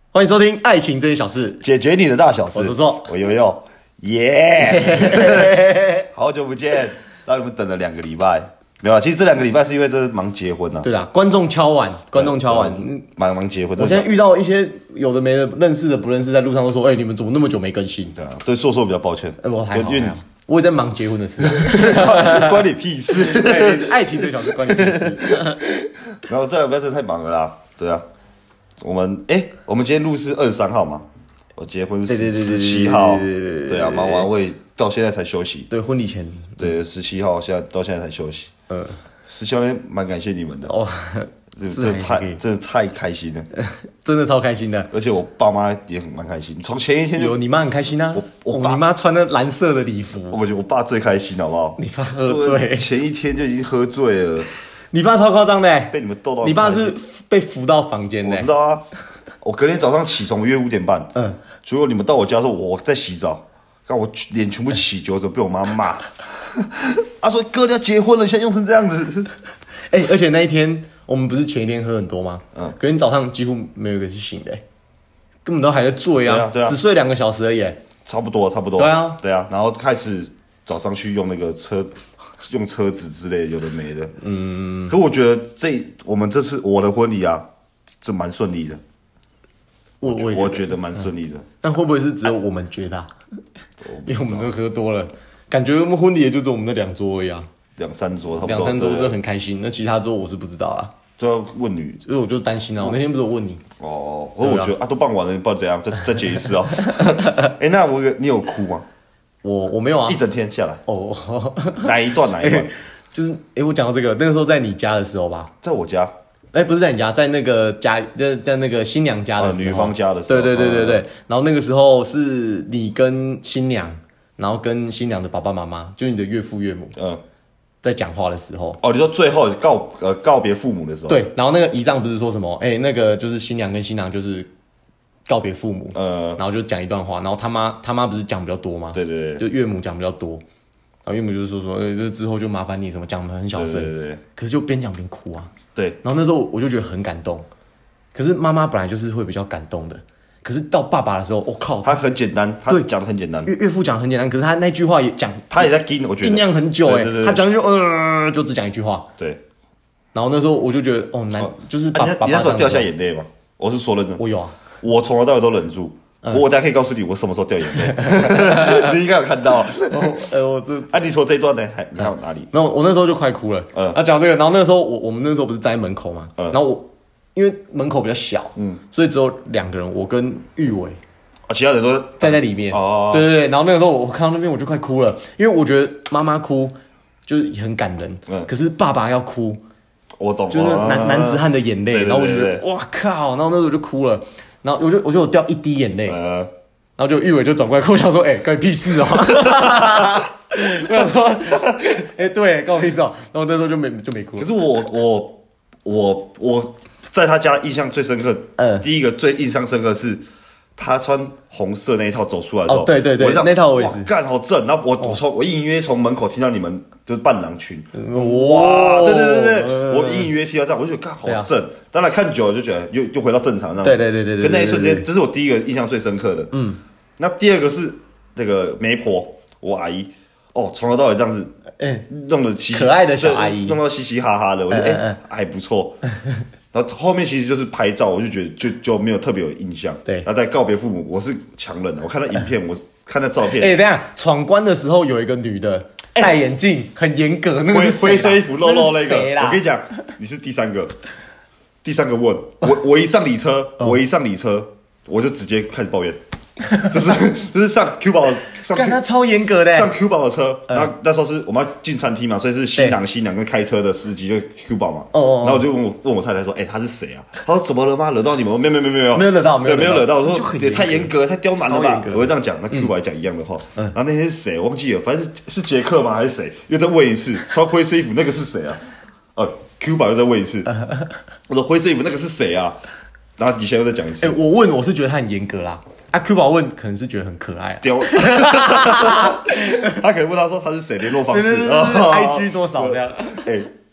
欢迎收听《爱情这些小事》， 解决你的大小事。 我是说， 我悠悠，耶！好久不见，让你们等了2个礼拜。没有啦，其实这2个礼拜是因为这忙结婚啊。 对啦，观众敲碗， 忙结婚。 我现在遇到一些有的没的，认识的不认识，在路上都说：“你们怎么那么久没更新？” 对啊，对硕硕比较抱歉。 我还好，我也在忙结婚的事， 关你屁事。 对，爱情这小事关你屁事。 然后这2个礼拜真的太忙了啦。对啊，我们今天录是23号嘛，我结婚17号，对啊，忙完我也到现在才休息。 对，婚礼前， 对17号到现在才休息。17号蛮感谢你们的哦，真的太开心了， 真的超开心的。 而且我爸妈也蛮开心，从前一天有你妈很开心啊，你妈穿的蓝色的礼服， 我觉得我爸最开心，好不好？ 你爸喝醉， 前一天就已经喝醉了。 你爸超夸张的， 被你们逗到。 你爸是被扶到房间的， 我知道啊。我隔天早上起床约5点半，结果你们到我家的时候，我在洗澡，看我脸全部起揪着，被我妈骂。他说：“哥，你要结婚了，现在用成这样子。” 而且那一天我们不是前一天喝很多吗？隔天早上几乎没有一个是醒的，根本都还在醉啊，只睡2个小时而已。 差不多。对啊，然后开始早上去用那个用车子之类的，有的没的。可我觉得我们这次我的婚礼啊，这蛮顺利的。我觉得蛮顺利的。 但会不会是只有我们觉得啊？因为我们都喝多了。感觉我们婚礼也就只有我们那2桌而已啊 ，2、3桌差不多，2、 3桌就很开心。那其他桌我是不知道啊， 就要问你， 所以我就担心啊。我那天不是有问你哦，我觉得都办完了，你不知道怎样，再结一次啊。那你有哭吗？ 我没有啊， 一整天下来哪一段？ 就是我讲到这个，那个时候在你家的时候吧， 在我家。 不是在你家，在那个家，在那个新娘家的时候， 女方家的时候。 对。然后那个时候是你跟新娘。然后跟新娘的爸爸妈妈，就是你的岳父岳母，在讲话的时候， 你说最后告别父母的时候， 对，然后那个姨丈不是说什么，那个就是新娘跟新郎就是告别父母，然后就讲一段话，然后他妈不是讲比较多吗？ 对， 就岳母讲比较多，然后岳母就是说这之后就麻烦你什么讲得很小声， 对， 可是就边讲边哭啊， 对， 然后那时候我就觉得很感动，可是妈妈本来就是会比较感动的。可是到爸爸的时候，我靠， 他很简单，他讲的很简单， 岳父讲很简单，可是他那句话也讲， 他也在跟，我觉得酝酿很久对他讲就只讲一句话， 对。 然后那时候我就觉得难，就是爸爸。 你那时候掉下眼泪吗？我是说认真， 我有啊， 我从头到尾都忍住。我等下可以告诉你我什么时候掉眼泪，你应该有看到。你说这一段呢？你还有哪里？ 没有，我那时候就快哭了。讲这个，然后那个时候我们那时候不是站在门口嘛，然后因为门口比较小，所以只有2个人，我跟玉伟， 其他人都站在里面。对，然后那个时候我看到那边我就快哭了，因为我觉得妈妈哭就是很感人，可是爸爸要哭， 我懂， 就是男子汉的眼泪，然后我就觉得哇靠，然后那时候我就哭了，然后我就有掉1滴眼泪，然后就玉伟就转过来跟我讲说，关你屁事哦。我想说，对，关我屁事哦，然后那时候就没哭了。 可是我在他家印象最深刻，第一个最印象深刻是他穿红色那一套走出来的时候， 对，那套我也是， 干好正。然后我隐隐约从门口听到你们就是伴郎群，哇，对，我隐隐约听到这样，我就觉得干好正。当然看久了就觉得又回到正常这样。 对， 跟那一瞬间，这是我第一个印象最深刻的。那第2个是那个媒婆，我阿姨，从头到尾这样子。弄得可爱的小阿姨， 弄到嘻嘻哈哈的，我觉得还不错。然后后面其实就是拍照，我就觉得就没有特别有印象。 对， 然后在告别父母，我是强忍的。我看到影片，我看到照片。 等一下闯关的时候有一个女的戴眼镜，很严格，那个是灰色衣服露那个。 我跟你讲，你是第3个问我一上礼车，我就直接开始抱怨。就是上 Q 宝上， 他超严格的。 上 Q 宝的车，然后那时候是我们要进餐厅嘛，所以是新郎跟开车的司机就 Q 宝嘛。然后我就问我太太说：“他是谁啊？”他说：“怎么了吗？惹到你们？没有惹到，没有我说：“也太严格，太刁难了吧？”我会这样讲，那 Q 宝也讲一样的话。然后那天是谁？我忘记了，反正是杰克吗？还是谁？又再问一次，穿灰色衣服那个是谁啊？Q 宝又再问一次，我说：“灰色衣服那个是谁啊？”然后底下又再讲一次。 我是觉得他很严格啦。Q 宝问可能是觉得很可爱，他可能问他说他是谁，联络方式 ，IG 多少这样。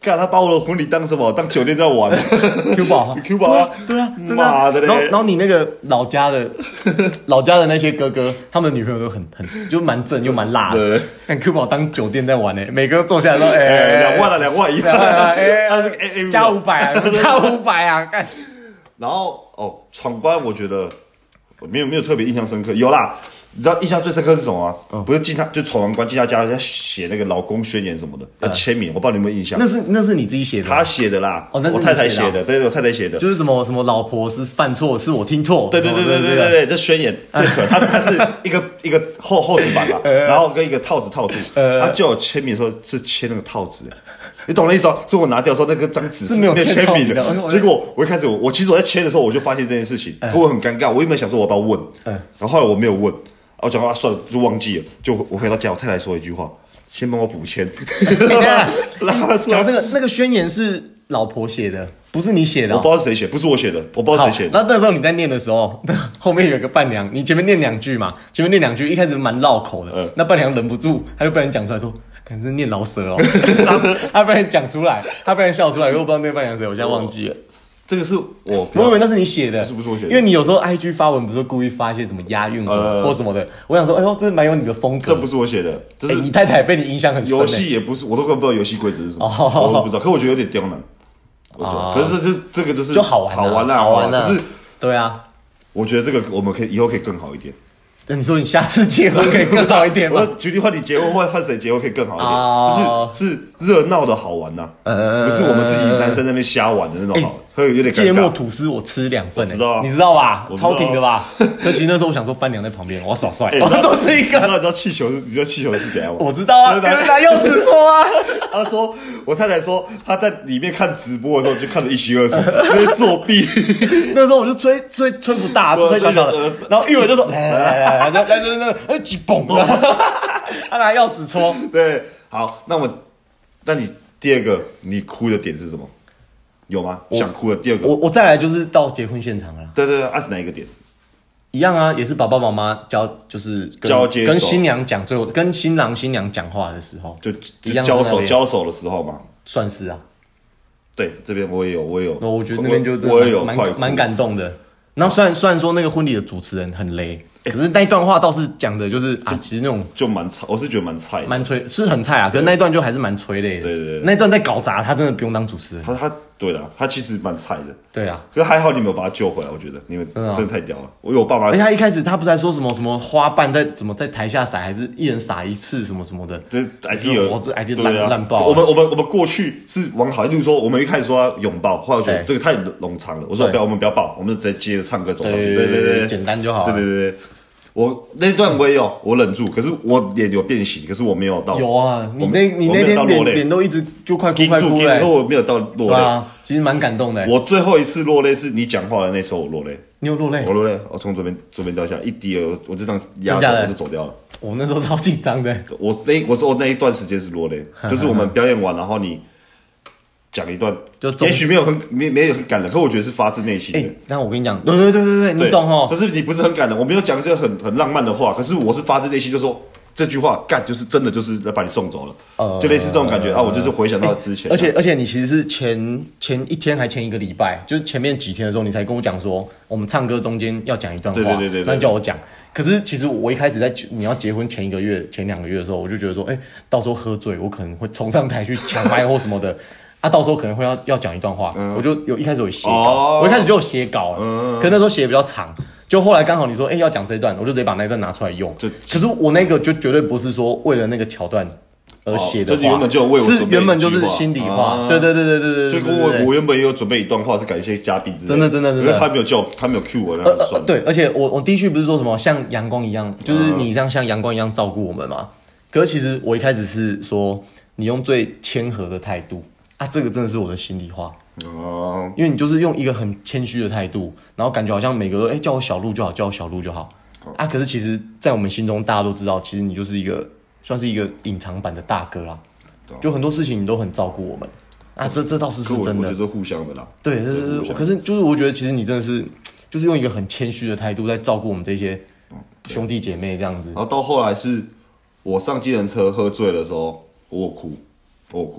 干他把我的婚礼当什么？当酒店在玩 ？Q 宝 ，Q 宝啊， 对啊，真的。 妈的嘞！ 然后你那个老家的那些哥哥，他们的女朋友都很就蛮正又蛮辣的。看 Q 宝当酒店在玩呢，每个坐下来说， 2万了，2万1， 加500啊，加500啊，干。 然后闯关，我觉得没有特别印象深刻，有啦。你知道印象最深刻是什么吗？不是就闯完关进他家要写那个老公宣言什么的，要签名，我不知道你有没有印象。 那是你自己写的？ 他写的啦， 那是我太太写的，对，我太太写的， 就是什么老婆是犯错，是我听错。 对，这宣言最扯，他是一个厚纸板嘛，然后跟一个套子套住，他叫我签名的时候是签那个套子。你懂我的意思吗？所以我拿掉的时候，那个张纸是没有签名的。结果我一开始其实我在签的时候，我就发现这件事情，可我很尴尬。我原本想说我要不要问，然后后来我没有问。我讲话算了，就忘记了。就我回到家，我太太说一句话：“先帮我补签。” 讲这个那个宣言是老婆写的，不是你写的。 我不知道是谁写，不是我写的，我不知道谁写的。 那时候你在念的时候，后面有一个伴娘，你前面念2句嘛，前面念2句，一开始蛮绕口的。那伴娘忍不住，他就被人讲出来说：“可能是念老舌哦。”他被人讲出来，他被人笑出来，我不知道那个伴娘谁，我现在忘记了。 这个是我以为那是你写的， 不是我写的， 因为你有时候 IG 发文不是故意发一些什么押韵或什么的，我想说，哎呦，这蛮有你的风格。 这不是我写的，这是你太太被你影响很深。 游戏也不是，我都不知道游戏规则是什么，我都不知道。可我觉得有点刁难，可是这个就是好玩啦。可是对啊， 我觉得这个我们以后可以更好一点。 你说你下次结婚可以更好一点吗？ 我举例换你结婚换谁结婚可以更好一点，是热闹的好玩呐，不是我们自己男生在那边瞎玩的那种好，会有点尴尬。 芥末吐司我吃2份，你知道吧？超挺的吧？可其实那时候我想说伴娘在旁边，我要耍帅，我多吃一个。 你知道气球是怎样吗？ 我知道啊，拿柚子搓啊。 他说我太太说她在里面看直播的时候就看得一清二楚，因为作弊。 那时候我就吹不大，吹小小的，然后玉伟就说来。几蹦，他拿钥匙戳。 对，好，那你第二个你哭的点是什么？有吗？想哭的第二个， 我再来就是到结婚现场了。 对，是哪一个点？ 一样啊，也是爸爸妈妈就是跟新娘讲，最后跟新郎新娘讲话的时候， 就交手的时候嘛， 算是啊。 对，这边我也有， 我觉得那边就我也有蛮感动的。然后虽然说那个婚礼的主持人很雷，可是那一段话倒是讲的就是其实那种就蛮菜，我是觉得蛮菜的， 蛮催，是很菜啊。可是那一段就还是蛮催泪的。 对， 那一段在搞砸，他真的不用当主持人。 他对了，他其实蛮菜的。 对啊， 可是还好你们有把他救回来，我觉得你们真的太屌了。我爸妈， 而且他一开始他不是还说什么花瓣在台下撒，还是一人撒一次什么的。 这 idea， 这 idea 烂爆。 我们过去是往好，例如说我们一开始说要拥抱，后来我觉得这个太冗长了，我说我们不要抱，我们直接接着唱歌走上去。对， 简单就好。 对。我那段我也有，我忍住，可是我脸有变形，可是我没有到。 有啊，你那天脸都一直就快哭了。 可是我没有到落泪。啊， 其实蛮感动的。 我最后一次落泪是你讲话的那时候，我落泪。 你有落泪？ 我落泪，我从左边掉下来一滴了，我就这样压着，我就走掉了。 我那时候超紧张的。 我说那一段时间是落泪，就是我们表演完，然后你讲一段，也许没有很感人，可我觉得是发自内心的。 但我跟你讲，对，你懂哦。 可是你不是很感人，我没有讲这个很浪漫的话，可是我是发自内心，就说这句话干就是真的就是来把你送走了，就类似这种感觉啊。我就是回想到之前， 而且你其实是前一天还前一个礼拜，就是前面几天的时候，你才跟我讲说我们唱歌中间要讲一段话， 对， 那叫我讲。可是其实我一开始你要结婚前2个月的时候，我就觉得说，到时候喝醉，我可能会冲上台去抢麦或什么的。到时候可能会要讲一段话，我就一开始有写稿，我一开始就有写稿了，可那时候写的比较长，就后来刚好你说要讲这一段，我就直接把那一段拿出来用。可是我那个就绝对不是说为了那个桥段而写的话， 原本就有为我准备， 是原本就是心里话。对， 就跟我原本也有准备一段话是感谢嘉宾之类的， 真的， 可是他没有 cue 我，那算了。 对，而且我第一句不是说什么像阳光一样，就是你这样像阳光一样照顾我们嘛？可是其实我一开始是说你用最谦和的态度。这个真的是我的心里话因为你就是用一个很谦虚的态度，然后感觉好像每个都叫我小鹿就好，叫我小鹿就好可是其实，在我们心中，大家都知道，其实你就是算是一个隐藏版的大哥啦。就很多事情你都很照顾我们这倒是真的。 我觉得互相的啦。 对，可是就是我觉得，其实你真的是就是用一个很谦虚的态度在照顾我们这些兄弟姐妹这样子。 然后到后来是我上计程车喝醉的时候，我哭。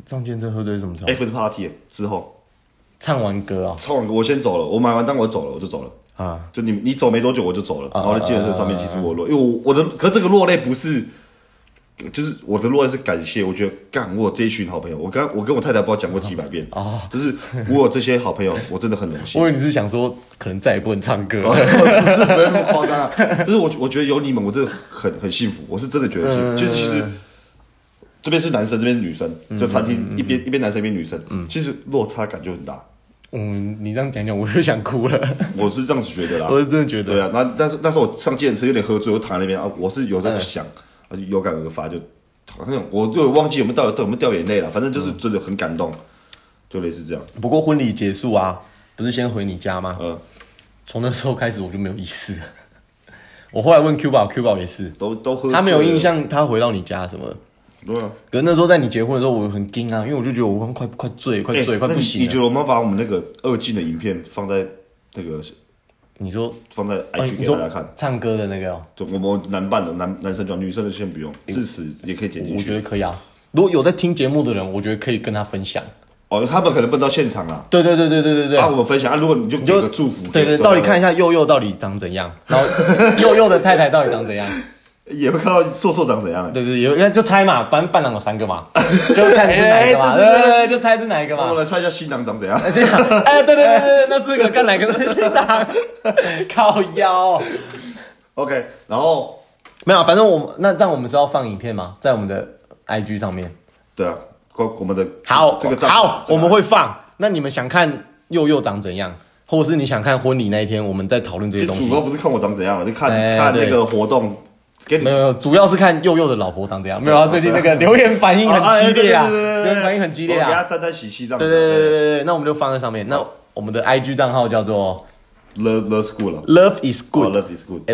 上健身喝醉什么时候 ？After party 之后， 唱完歌啊， 唱完歌我先走了，我买完单我走了，我就走了。啊，就你走没多久我就走了，然后在计程车上面其实我落，因为可这个落泪不是，就是我的落泪是感谢，我觉得干我有这一群好朋友，我跟我太太不知道讲过几百遍就是我有这些好朋友，我真的很荣幸。 我以为你是想说可能再也不能唱歌， 是没有那么夸张啊，就是我觉得有你们我真的很幸福，我是真的觉得幸福，就是其实。这边是男生，这边是女生，就餐厅一边男生一边女生，其实落差感就很大。 你这样讲，我就想哭了。 我是这样子觉得啦， 我是真的觉得。 对啊，但是我上计程车有点喝醉，我躺在那边啊，我是有在想，有感而发，就好像我就忘记有没有掉眼泪了，反正就是真的很感动，就类似这样。 不过婚礼结束啊，不是先回你家吗？从那时候开始我就没有意识了。我后来问 Q 宝也是， 都喝醉了， 他没有印象，他回到你家什么的。对啊，可是那时候在你结婚的时候，我很惊啊，因为我就觉得我快醉，快不行了。 你觉得我们把我们那个2进的影片放在那个？ 你说放在 IG 给大家看， 唱歌的那个就我们男伴的男生讲，女生的先不用，致辞也可以剪进去。 我觉得可以啊，如果有在听节目的人，我觉得可以跟他分享。 他们可能不到现场啊。 对。 我们分享如果你就给个祝福， 对，到底看一下佑到底长怎样，然后佑的太太到底长怎样。 也会看到硕长怎样？ 对，有就猜嘛，伴郎有3个嘛，就看是哪一个嘛，对，就猜是哪一个嘛。 我们来猜一下新郎长怎样。 对，那4个看哪个是新郎，靠腰。 OK， 然后没有，反正那这样我们是要放影片吗？在我们的 IG 上面。 对啊，我们的好， 这个好，我们会放。那你们想看佑长怎样？或者是你想看婚礼那一天，我们在讨论这些东西。 主要不是看我长怎样了，就看那个活动。 没有，主要是看佑的老婆长怎样。没有，最近那个留言反应很激烈啊，留言反应很激烈啊， 给他沾沾喜气这样子。 对，那我们就放在上面。那我们的 IG 账号叫做 Love is good Love is good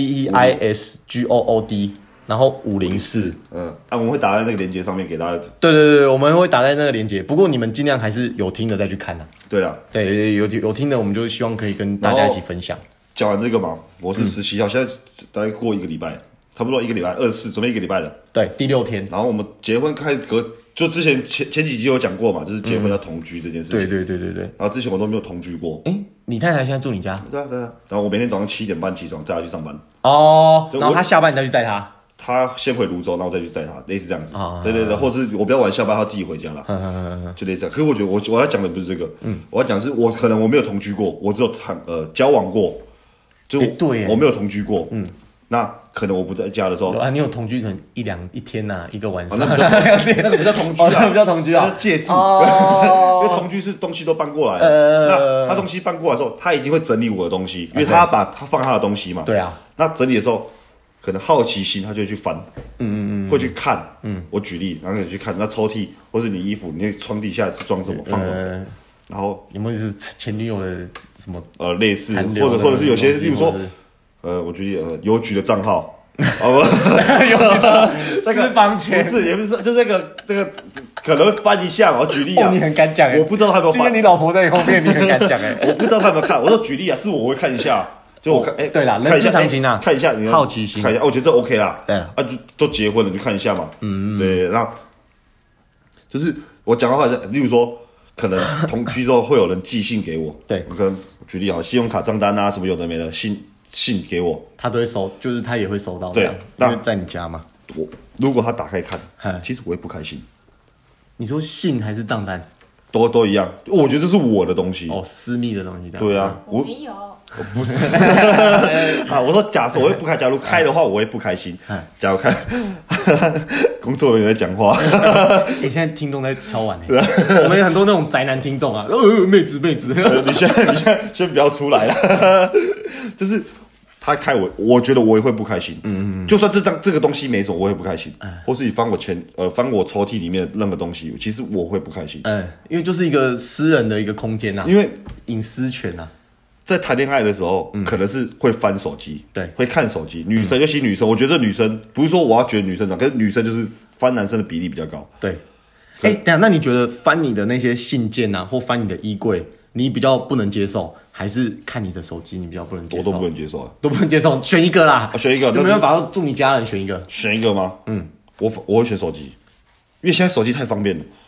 LOVEISGOOD， 然后504。 我们会打在那个链接上面给大家。 对，我们会打在那个链接。不过你们尽量还是有听的再去看啊。 对了， 对，有听的，我们就希望可以跟大家一起分享。 讲完这个嘛，我是17号，现在大概过1个礼拜。差不多1个礼拜，24准备1个礼拜了。 对，第6天。 然后我们结婚开始就之前前几集有讲过嘛，就是结婚要同居这件事情。 对。 然后之前我都没有同居过。 你太太现在住你家？ 对啊。然后我每天早上7点半起床，载她去上班。 然后她下班你再去载她。 她先回泸州，然后我再去载她，类似这样子。对，或者是我比较晚下班，她自己回家了。就类似这样。可是我觉得我要讲的不是这个，我要讲的是我可能我没有同居过，我只有交往过，就我没有同居过。那可能我不在家的时候， 你有同居可能一天呐，1个晚上， 那个不叫同居啊， 那不叫同居啊， 是借住。因为同居是东西都搬过来了，那他东西搬过来的时候，他一定会整理我的东西，因为他把他放他的东西嘛。 对啊。 那整理的时候，可能好奇心他就会去翻，会去看。我举例，然后你去看那抽屉，或是你衣服，你床底下是装什么，放什么。然后有没有是前女友的什么类似，或者是有些，例如说。我举例邮局的账号，邮局私房钱不是，也不是，就这个可能会翻一下嘛。我举例啊， 你很敢讲我不知道他有没有翻。 今天你老婆在你后面，你很敢讲我不知道他有没有看。我说举例啊，是我会看一下，就我看对啦，人之常情啊， 看一下好奇心， 看一下，我觉得这 OK 啦。就都结婚了，就看一下嘛。对，然后就是我讲的话，例如说，可能同居之后会有人寄信给我， 对， 我可能举例好，信用卡账单啊，什么有的没的信给我， 他都会收，就是他也会收到。 对， 因为在你家嘛。 如果他打开看，其实我会不开心。 你说信还是账单？ 都一样，我觉得这是我的东西。 私密的东西。 对啊， 我没有。 不是我说假设我会不开，假如开的话，我会不开心。假如开，工作人员在讲话。 现在听众在敲碗我们有很多那种宅男听众啊，妹子。 你现在先不要出来了，就是他开我觉得我也会不开心。就算这个东西没什么，我也不开心。或是你翻我抽屉里面的任何东西，其实我会不开心。 因为就是一个私人的一个空间啊， 因为隐私权啊。 在谈恋爱的时候，可能是会翻手机， 对， 会看手机。女生，尤其女生，我觉得女生不是说我要觉得女生可是女生就是翻男生的比例比较高。 对，等一下，那你觉得翻你的那些信件啊，或翻你的衣柜，你比较不能接受，还是看你的手机你比较不能接受？ 我都不能接受啊， 都不能接受，选一个啦， 选一个， 就没办法住你家人选一个， 选一个吗？我会选手机，因为现在手机太方便了。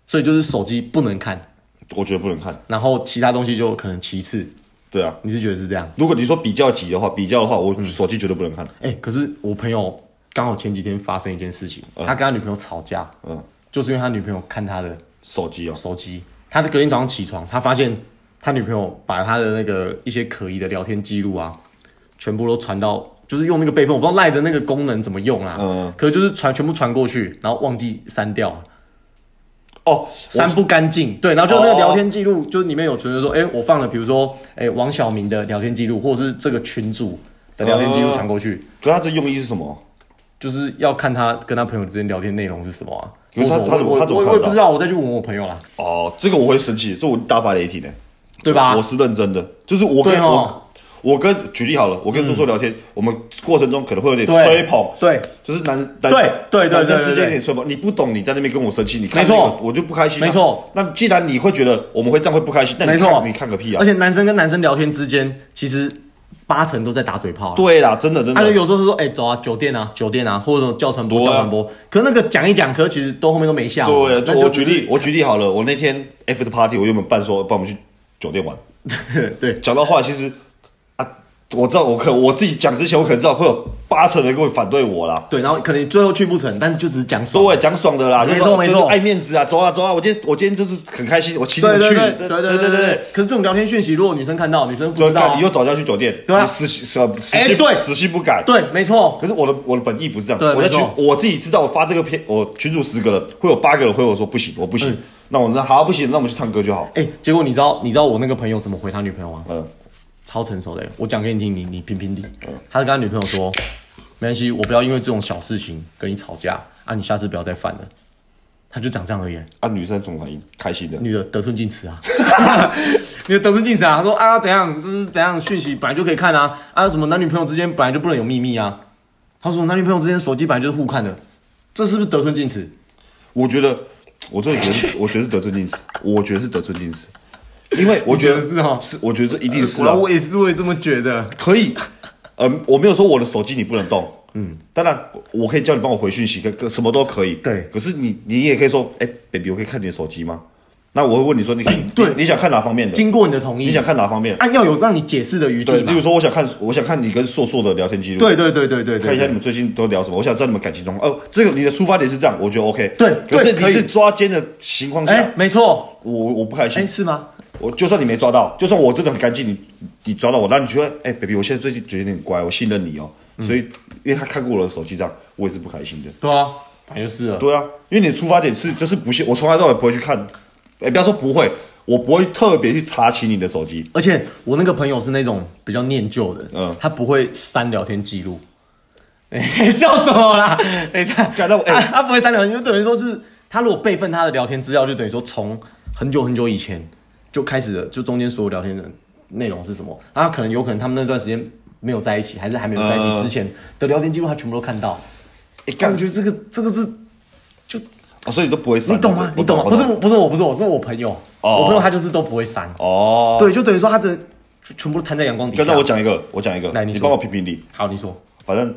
所以就是手机不能看。 我觉得不能看， 然后其他东西就可能其次。 对啊， 你是觉得是这样？ 如果你说比较的话，我手机绝对不能看。 可是我朋友刚好前几天发生一件事情，他跟他女朋友吵架，就是因为他女朋友看他的手机，他隔天早上起床，他发现他女朋友把他的那个一些可疑的聊天记录啊，全部都传到，就是用那个备份，我不知道 LINE 的那个功能怎么用啦，可是就是全部传过去，然后忘记删掉了。删不干净，对，然后就那个聊天记录，就是里面有存着说，我放了，比如说，王小明的聊天记录，或者是这个群组的聊天记录传过去。 可是他这用意是什么？ 就是要看他跟他朋友之间聊天内容是什么啊？ 可是他怎么看到？ 我也不知道，我再去问我朋友啦。 这个我会生气，这我大发雷霆的， 对吧？ 我是认真的，就是我跟举例好了，我跟说聊天，我们过程中可能会有点吹捧， 对， 就是男生之间有点吹捧，你不懂，你在那边跟我生气，你看那个我就不开心， 没错。 那既然你会觉得我们会这样会不开心，那你看个屁啊！ 而且男生跟男生聊天之间，其实80%都在打嘴炮。 对啦，真的。 他有时候是说，走啊，酒店啊，或者叫传播。可是那个讲一讲，可是其实后面都没下。 对，我举例好了，我那天 after party， 我原本帮我们去酒店玩， 对， 讲到话其实。我知道，我自己讲之前，我可能知道会有80%人会反对我啦。 对，然后可能最后去不成，但是就只是讲爽。 对，讲爽的啦， 没错， 就是爱面子啊，走啊，我今天就是很开心，我请你们去。对。 可是这种聊天讯息，如果女生看到，女生不知道， 你又早就要去酒店， 对啊， 死心不改。 对，没错。 可是我的本意不是这样，我自己知道，我发这个我群组10个人，会有8个人回我说不行，我不行。那我好不行，那我们去唱歌就好。 结果你知道我那个朋友怎么回他女朋友吗？超成熟的，我讲给你听，你评评理。他跟他女朋友说，没关系，我不要因为这种小事情跟你吵架啊，你下次不要再犯了。他就讲这样而已。 女生怎么反应？开心的。 女的得寸进尺啊，女的得寸进尺啊。他说怎样，就是怎样，讯息本来就可以看啊，什么男女朋友之间本来就不能有秘密啊。他说男女朋友之间手机本来就是互看的，这是不是得寸进尺？ 我觉得是得寸进尺，我觉得是得寸进尺。因为我觉得是我觉得这一定是我也是会这么觉得。 可以，我没有说我的手机你不能动，当然我可以叫你帮我回讯息，什么都可以。 对， 可是你也可以说，baby， 我可以看你的手机吗？那我会问你说，你想看哪方面的？ 经过你的同意， 你想看哪方面？ 要有让你解释的余地嘛。 对，例如说我想看你跟硕的聊天记录。 对， 看一下你们最近都聊什么，我想知道你们感情状况。这个你的出发点是这样，我觉得 OK。 对， 可是你是抓奸的情况下， 没错， 我不开心。 是吗？ 我就算你没抓到，就算我真的很干净，你抓到我，那你觉得，baby， 我现在最近觉得有点乖，我信任你哦。所以，因为他看过我的手机这样，我也是不开心的。 对啊，反正就是了。 对啊，因为你的出发点就是不信，我从来到尾不会去看，不要说不会，我不会特别去查清你的手机。 而且我那个朋友是那种比较念旧的，他不会删聊天记录。笑什么啦？等一下，他不会删聊天，就等于说是他如果备份他的聊天资料，就等于说从很久很久以前就开始了，就中间所有聊天的内容是什么，他有可能他们那段时间没有在一起，还是还没有在一起之前的聊天记录，他全部都看到。我觉得这个是就所以你都不会删， 你懂吗？不是我，是我朋友，我朋友他就是都不会删。 对， 就等于说他的全部都摊在阳光底下。 刚才我讲一个， 来你帮我评评理。 好，你说。 反正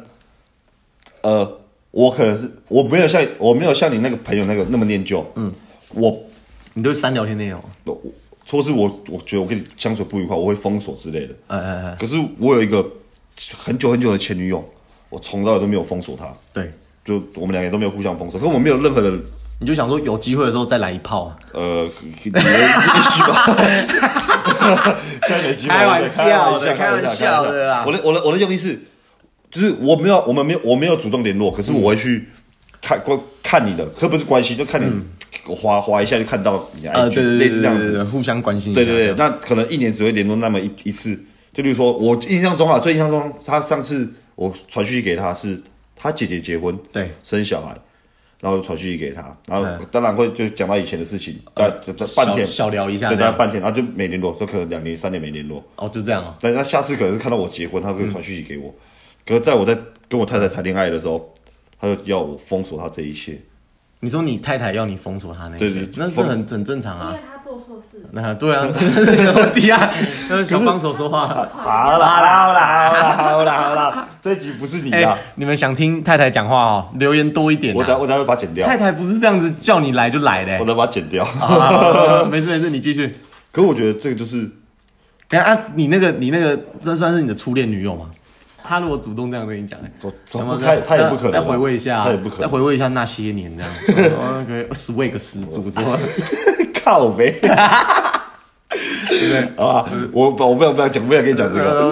我可能是我没有像你那个朋友那么念旧。 你都会删聊天内容。 或是我觉得我跟你相处不愉快，我会封锁之类的。可是我有一个很久很久的前女友，我从到都没有封锁她。对，就我们两个都没有互相封锁，可是我们没有任何的。 你就想说有机会的时候再来一炮啊？ 也许吧。开玩笑的啦。我的用意是，就是我没有主动联络，可是我会去看你的，可不是关心，就看你。滑一下就看到你 IG， 对， 类似这样子， 互相关心一下。 对，那可能1年只会联络那么一次。就比如说，我印象中，他上次我传讯息给他是他姐姐结婚， 对， 生小孩，然后传讯息给他，然后当然会就讲到以前的事情，半天小聊一下， 对，大概半天，然后就没联络，就可能2年3年没联络。 就这样啊。 但那下次可能是看到我结婚，他会传讯息给我。可是在我在跟我太太谈恋爱的时候，他就要我封锁他这一切。 你说你太太要你封锁她那些， 对， 那是很正常啊。 因为她做错事。 对啊，这个问题啊，小帮手说话。 好啦， 这一集不是你的。 你们想听太太讲话哦，留言多一点。 我等下把它剪掉。 太太不是这样子叫你来就来的。 我等下把它剪掉。 没事，你继续。 可是我觉得这个就是， 等下你那个，这算是你的初恋女友吗？他如果主动这样跟你讲， 他也不可能。 再回味一下， 他也不可能。 再回味一下那些年这样，swag 十足是吗？ 靠呗。对，好吧，我不要讲，不要跟你讲这个。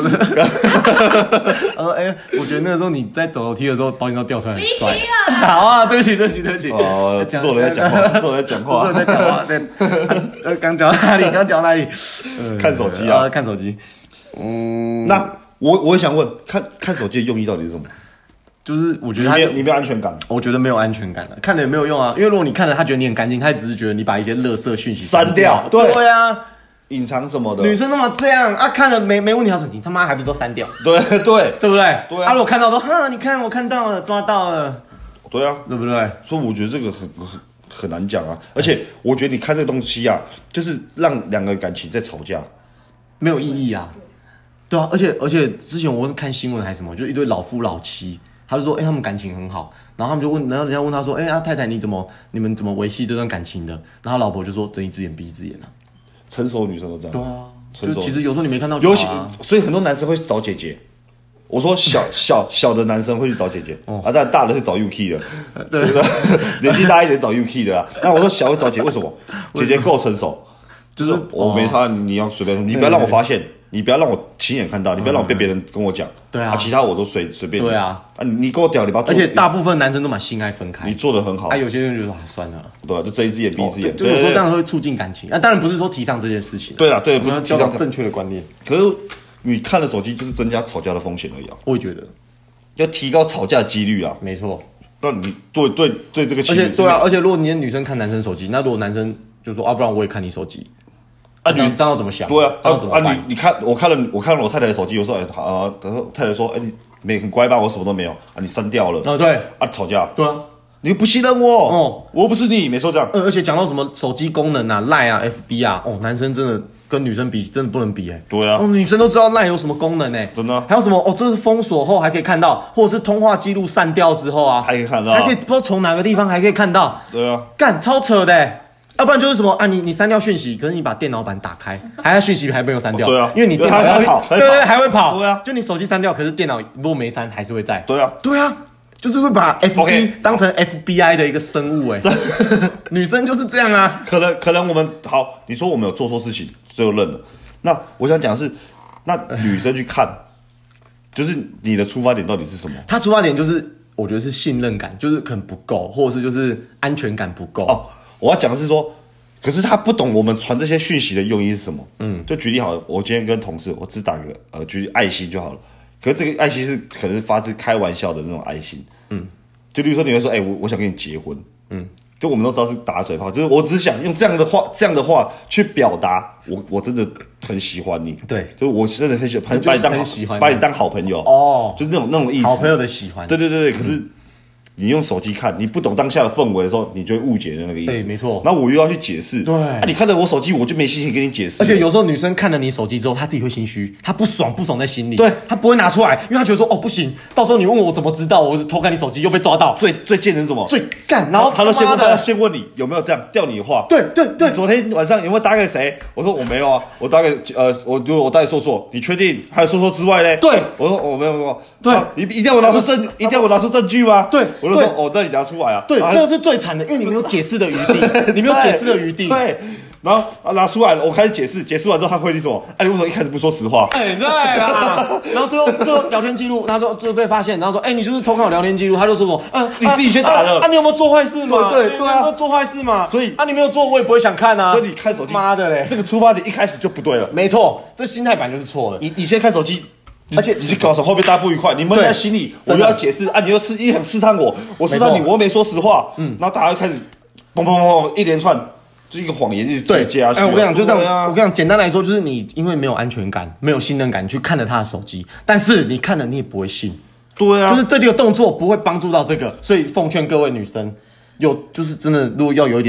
我觉得那个时候你在走楼梯的时候，保险套掉出来很帅。好啊，对不起。 哦，制作人在讲话， 对，刚讲到哪里？ 看手机啊， 看手机。 那我想问，看手机的用意到底是什么？ 就是我觉得你没有安全感， 我觉得没有安全感的，看了也没有用啊。因为如果你看了，他觉得你很干净，他只是觉得你把一些垃圾讯息删掉。 对啊。 隐藏什么的， 女生都嘛这样啊，看了没问题，他说你他妈还不是都删掉？ 对不对？ 对啊。 他如果看到说哈，你看我看到了，抓到了， 对啊， 对不对？ 所以我觉得这个很难讲啊，而且我觉得你看这个东西啊，就是让两个感情在吵架， 没有意义啊。对啊，而且之前我看新闻还是什么，就一堆老夫老妻，他就说他们感情很好，然后他们就问，然后人家问他说，太太你们怎么维系这段感情的？然后老婆就说睁一只眼闭一只眼啊。 成熟的女生都这样。 对啊，就其实有时候你没看到， 尤其所以很多男生会找姐姐。我说小的男生会去找姐姐，但大的会找 UK 的，对不对？年纪大一点找 UK 的啊。那我说小会找姐，为什么？姐姐够成熟，就是我没差，你要随便，你不要让我发现，你不要让我亲眼看到，你不要让我被别人跟我讲。 对啊， 其他我都随便。 对啊， 你跟我屌，你把。 而且大部分男生都把性爱分开， 你做的很好。 有些人就说算了， 对，就睁一只眼闭一只眼。 就有时候这样会促进感情。当然不是说提倡这件事情。 对啦，对，不是提倡正确的观念。 可是你看了手机，就是增加吵架的风险而已啊。 我也觉得要提高吵架几率啊。 没错。 那你对这个情侣， 而且如果你的女生看男生手机，那如果男生就说不然我也看你手机。你这样怎么想？ 对啊， 这样怎么办？ 你看，我看了我太太的手机，有时候太太说，你很乖吧？我什么都没有啊，你删掉了。 对吵架。 对啊， 你又不信任我，我又不是你，没说这样。 而且讲到什么手机功能啊、Line 啊、FB 啊，男生真的跟女生比，真的不能比对啊， 女生都知道 Line 有什么功能真的。 还有什么这是封锁后还可以看到，或者是通话记录删掉之后啊， 还可以看到， 还可以不知道从哪个地方还可以看到。 对啊， 干超扯的。要不然就是什么你删掉讯息，可是你把电脑版打开，讯息还没有删掉。 对啊， 因为你电脑还会跑， 对，还会跑。 对啊， 就你手机删掉，可是电脑如果没删，还是会在。 对啊， 就是会把 FB 当成 FBI 的一个生物女生就是这样啊。 可能我们好，你说我们有做错事情，最后认了。那我想讲的是，那女生去看，就是你的出发点到底是什么？ 她出发点就是我觉得是信任感，就是可能不够，或者是就是安全感不够。 我要讲的是说，可是他不懂我们传这些讯息的用意是什么。就举例好了，我今天跟同事，我只打个举例爱心就好了。可是这个爱心是可能是发自开玩笑的那种爱心。就例如说你会说，我想跟你结婚。就我们都知道是打嘴炮，就是我只是想用这样的话去表达我真的很喜欢你。对，就是我真的很喜欢把你当好朋友。就那种意思。 好朋友的喜欢。 对，可是。你用手机看，你不懂当下的氛围的时候，你就会误解的那个意思。 没错。 然后我又要去解释。 对。 你看着我手机，我就没心情跟你解释。 而且有时候女生看了你手机之后，她自己会心虚，她不爽在心里。 对。 她不会拿出来，因为她觉得说不行，到时候你问我怎么知道我偷看你手机又被抓到。 最贱的是什么？ 最干，然后他先问你有没有这样钓你的话。 对。 昨天晚上有没有打给谁？我说我没有啊，我打给我打给硕，你确定？还有硕之外嘞？ 对。 我说我没有。 对。 你一定要我拿出证据吗？ 对。 我就说那你拿出来啊！ 对，这个是最惨的，因为你没有解释的余地，你没有解释的余地。 对，然后拿出来了，我开始解释，解释完之后他回你什么？你为什么一开始不说实话？ 对啦，然后最后聊天记录，他说最后被发现，然后说你就是偷看我聊天记录，他就说什么你自己先打的， 你有没有做坏事嘛？ 对啊， 有没有做坏事嘛？ 所以你没有做，我也不会想看啊。 所以你看手机， 妈的嘞， 这个出发点一开始就不对了。 没错，这心态版就是错的。 你先看手机。而且你去搞成后面大家不愉快，你闷在心里，我又要解释你又想试探我试探你，我又没说实话，然后大家就开始砰砰砰一连串，就一个谎言一直接下去。 我跟你讲，就这样，我跟你讲，简单来说就是你因为没有安全感，没有信任感，你去看了他的手机，但是你看了你也不会信。 对啊， 就是这几个动作不会帮助到这个，所以奉劝各位女生，就是真的如果要有一点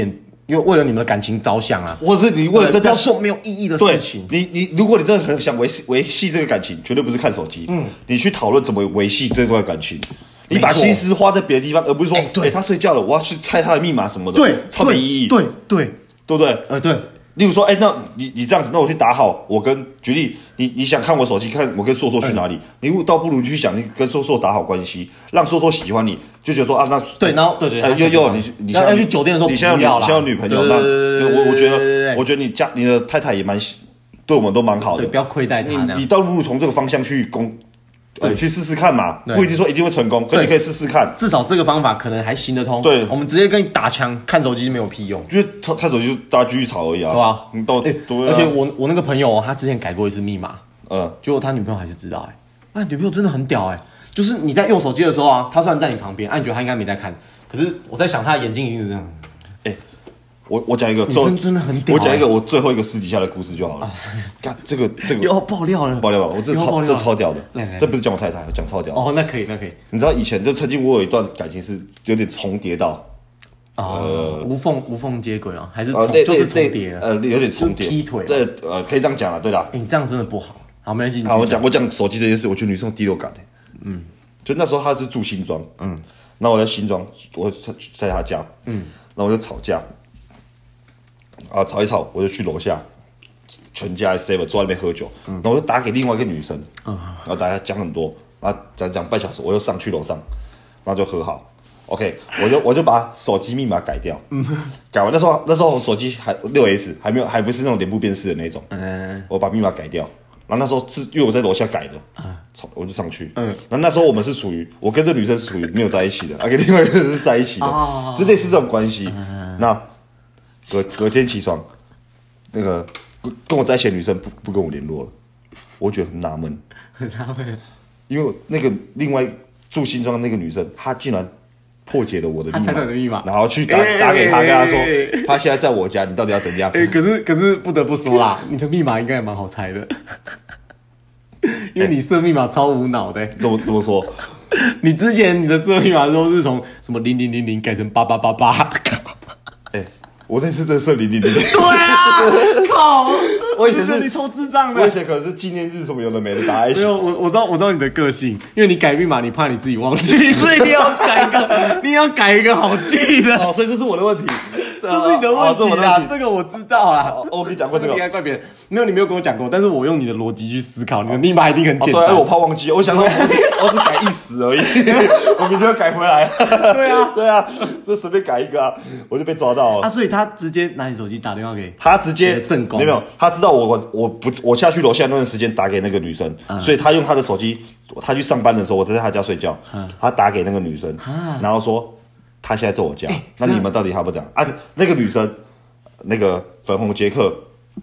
因为为了你们的感情着想啊， 或者是你为了这不要做没有意义的事情。 你如果你真的很想维系这个感情，绝对不是看手机，你去讨论怎么维系这段感情。你把心思花在别的地方，而不是说，他睡觉了，我要去猜他的密码什么的， 对， 超没意义， 对不对？ 对。 例如说，那你这样子，那我去打好，我跟举例，你想看我手机，看我跟硕去哪里，你倒不如去想你跟硕打好关系，让硕喜欢你，就觉得说那对，然后对， 你要去酒店的时候， 你现在有女朋友，那我觉得你的太太也蛮对我们都蛮好的， 对，不要亏待她， 你倒不如从这个方向去去试试看嘛，不一定说一定会成功，可你可以试试看， 至少这个方法可能还行得通。 对， 我们直接跟你打枪，看手机没有屁用， 因为看手机就大家继续吵而已啊。 对啊， 而且我那个朋友他之前改过一次密码，结果他女朋友还是知道女朋友真的很屌就是你在用手机的时候他虽然在你旁边，你觉得他应该没在看，可是我在想他的眼睛一定是这样。 我讲一个， 真的很屌。 我讲一个我最后一个私底下的故事就好了。干这个又爆料了， 我这超屌的，这不是讲我太太，讲超屌。 那可以。 你知道以前就曾经我有一段感情是有点重叠到， 无缝接轨还是就是重叠了？ 有点重叠， 劈腿。 对，可以这样讲了，对啦。 你这样真的不好。好，没关系。 好，我讲手机这件事，我觉得女生第六感就那时候她是住新庄，那我在新庄，我在她家，那我就吵架。吵一吵，我就去楼下，全家 7 坐在那边喝酒，然后我就打给另外一个女生，然后大家讲很多，然后讲半小时，我又上去楼上，然后就和好。OK， 我就把手机密码改掉，改完那时候我手机还6S，还不是那种脸部辨识的那种，我把密码改掉，然后那时候是因为我在楼下改的，我就上去，然后那时候我们是属于我跟这女生属于没有在一起的，跟另外一个人是在一起的，就类似这种关系，那。隔天起床，那个跟我在一起的女生不跟我联络了，我觉得很纳闷，因为那个另外住新庄的那个女生，她竟然破解了我的密码，然后去打给她，跟她说她现在在我家，你到底要怎样？ 可是不得不说啦，你的密码应该也蛮好猜的，因为你设密码超无脑的。 怎么说？ 你之前你的设密码都是从什么0000改成8888。 我那次真的设0000。 对啊，靠！我以前是你超智障的。 我以前可能是纪念日什么有的没的打在一起。 没有，我知道你的个性，因为你改密码，你怕你自己忘记，所以你要改一个好记的。 所以这是我的问题， 这是你的问题啦。这个我知道啦。 我跟你讲过这个， 应该怪别人。没有，你没有跟我讲过，但是我用你的逻辑去思考，你的密码一定很简单。 对，我怕忘记，我想说我只改一时而已，我明天要改回来。对啊，就随便改一个我就被抓到了。 所以他直接拿你手机打电话给他，直接正宫。 没有，他知道我下去楼下那段时间打给那个女生，所以他用他的手机，他去上班的时候，我在他家睡觉，他打给那个女生，然后说他现在在我家，那你们到底要不要讲那个女生，那个粉红杰克。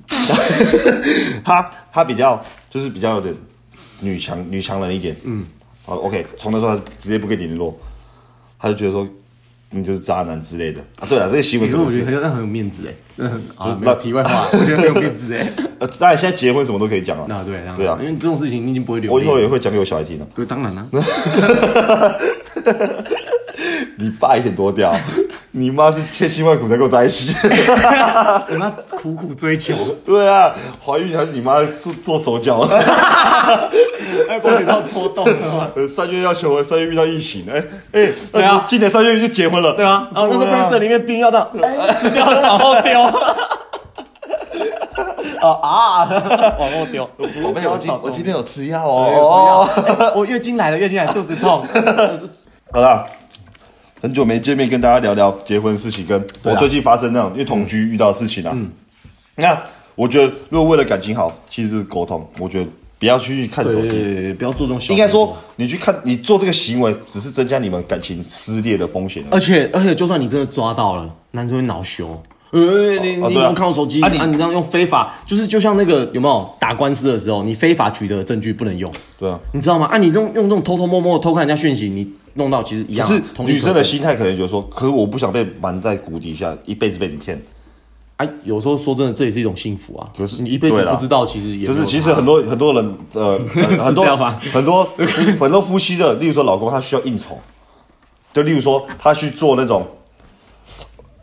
他比较有点女强人一点，OK， 从那时候他直接不跟你联络，他就觉得说你就是渣男之类的对了，这个行为可能我觉得很有面子那题外话，我觉得很有面子当然现在结婚什么都可以讲了， 对啊，因为这种事情你已经不会留， 我以后也会讲给我小孩听了。 对，当然啦。 你爸以前多屌，你妈是千辛万苦才跟我在一起， 我妈苦苦追求。 对啊，怀孕还是你妈做手脚， 保险套抽动了嘛 ？3月要求婚，3月遇到疫情， 对啊， 今年3月就结婚了， 对啊，然后那时候被舍里面冰要到，吃掉了往后丢。往后丢。 宝贝，我今天有吃药哦。 我月经来了，肚子痛。 好了，很久没见面，跟大家聊聊结婚的事情，跟我最近发生那种因为同居遇到的事情啊。那我觉得，如果为了感情好，其实是沟通。我觉得不要去看手机， 不要做这种小。 应该说，你去看，你做这个行为，只是增加你们感情撕裂的风险。 而且，就算你真的抓到了，男生会恼羞。你怎么看我手机？你这样用非法，就像那个有没有打官司的时候，你非法取得的证据不能用。 对啊， 你知道吗？你用这种偷偷摸摸偷看人家讯息，你弄到其实一样。 可是女生的心态可能就是说，可是我不想被瞒在鼓底下，一辈子被你骗。 有时候说真的，这也是一种幸福啊。 可是你一辈子不知道，其实也就是其实很多人很多夫妻的，例如说老公他需要应酬，就例如说他去做那种。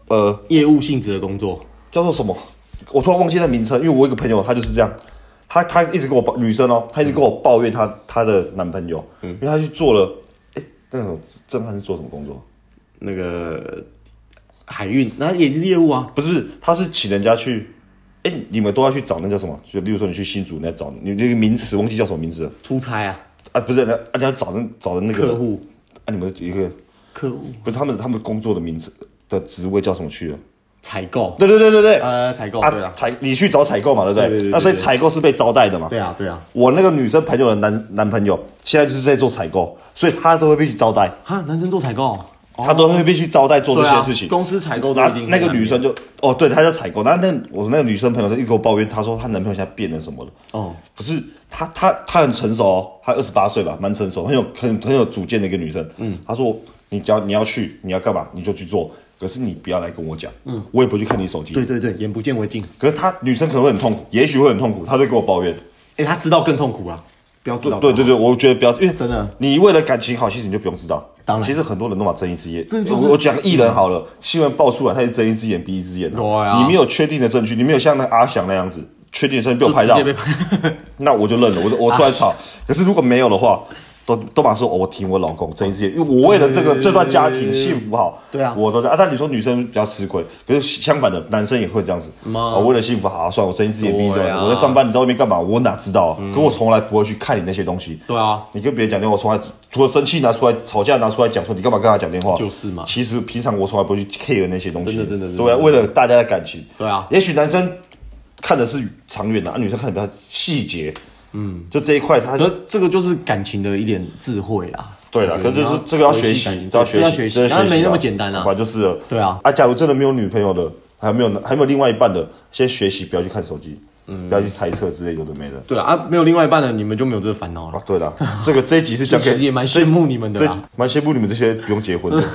业务性质的工作， 叫做什么？我突然忘记那名称，因为我有一个朋友，他就是这样，他一直跟我女生哦，他一直跟我抱怨她的男朋友，因为他去做了，那种郑汉是做什么工作？ 那个海运，那也是业务啊？ 不是，他是请人家去，你们都要去找那叫什么？就例如说你去新竹，你要找你那个名词，忘记叫什么名字了？ 出差啊？ 不是，你要找的那个客户你们有一个客户不是他们工作的名字的职位叫什么去了？ 采购， 对， 采购对啊， 你去找采购嘛，对不对？ 对， 那所以采购是被招待的嘛？ 对啊。 我那个女生朋友的男朋友现在就是在做采购，所以他都会被去招待。 男生做采购， 他都会被去招待做这些事情。 公司采购都一定。 那个女生就对，她叫采购。我那个女生朋友就一直跟我抱怨，她说她男朋友现在变了什么了。可是她很成熟哦，她28岁吧，蛮成熟，很有主见的一个女生。她说你要去，你要干嘛你就去做。可是你不要来跟我讲，我也不会去看你手机。 对，眼不见为净。 可是女生可能会很痛苦，也许会很痛苦，她就跟我抱怨。 她知道更痛苦啊，不要知道。 对，我觉得不要，因为真的， 你为了感情好，其实你就不用知道。 当然， 其实很多人都把睁一只眼。 这就是我讲艺人好了，新闻爆出来，他是睁一只眼闭一只眼。 对啊， 你没有确定的证据，你没有像那个阿翔那样子确定的证据被我拍到，那我就认了，我出来吵。可是如果没有的话，都把说我挺我老公睁一只眼，因为我为了这段家庭幸福好， 对啊， 我都在但你说女生比较吃亏，可是相反的，男生也会这样子。我为了幸福好，算我睁一只眼闭一只眼。我在上班，你在外面干嘛？我哪知道？可我从来不会去看你那些东西。 对啊， 你跟别人讲电话，我从来除了生气拿出来吵架拿出来讲说你干嘛跟他讲电话， 就是嘛。 其实平常我从来不会去 care 那些东西， 真的， 对啊，为了大家的感情。 对啊， 也许男生看的是长远的，女生看的比较细节。就这一块， 这个就是感情的一点智慧啦。 对啦，可是这个要学习，要学习， 当然没那么简单啊。 反正就是了。 对啊， 假如真的没有女朋友的，还没有另外一半的，先学习不要去看手机，不要去猜测之类有的没的。 对啊，没有另外一半的，你们就没有这个烦恼了。 对啦，这一集是讲给， 也蛮羡慕你们的啦， 蛮羡慕你们这些不用结婚的。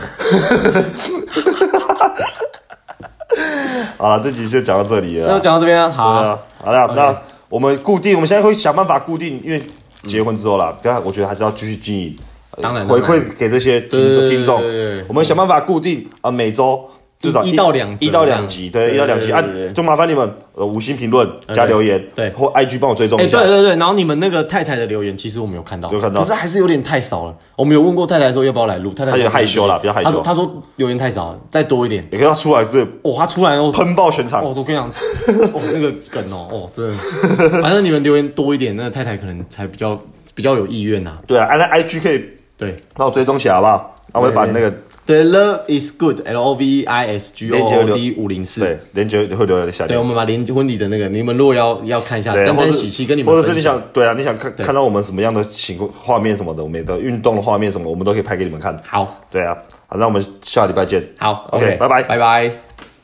好了，这集就讲到这里了。 那就讲到这边啊，好了， 那我们现在会想办法固定，因为结婚之后啦，我觉得还是要继续经营， 当然回馈给这些听众。我们想办法固定每周至少 1到2集， 对，1到2集啊，就麻烦你们5星评论加留言， 对， 或 IG 帮我追踪一下。 对，然后你们那个太太的留言，其实我们有看到，可是还是有点太少了。我们有问过太太说要不要来录，太太有点害羞啦，比较害羞。 她说留言太少了，再多一点。 也可以他出来对， 他出来喷爆全场。 我跟你讲，那个梗真的，反正你们留言多一点，那太太可能才比较有意愿呐。 对啊，那 IG 可以对， 帮我追踪起来好不好？那我会把那个。 对 ，Love is good, LOVISGOOD 504。 对，连结会留在下面。 对，我们把婚礼的那个，你们如果要看一下，沾沾喜气，跟你们， 或者是你想看到我们什么样的画面什么的，我们的运动的画面什么，我们都可以拍给你们看。 好， 对啊，好，那我们下礼拜见。 好 ，OK，拜拜， 拜拜。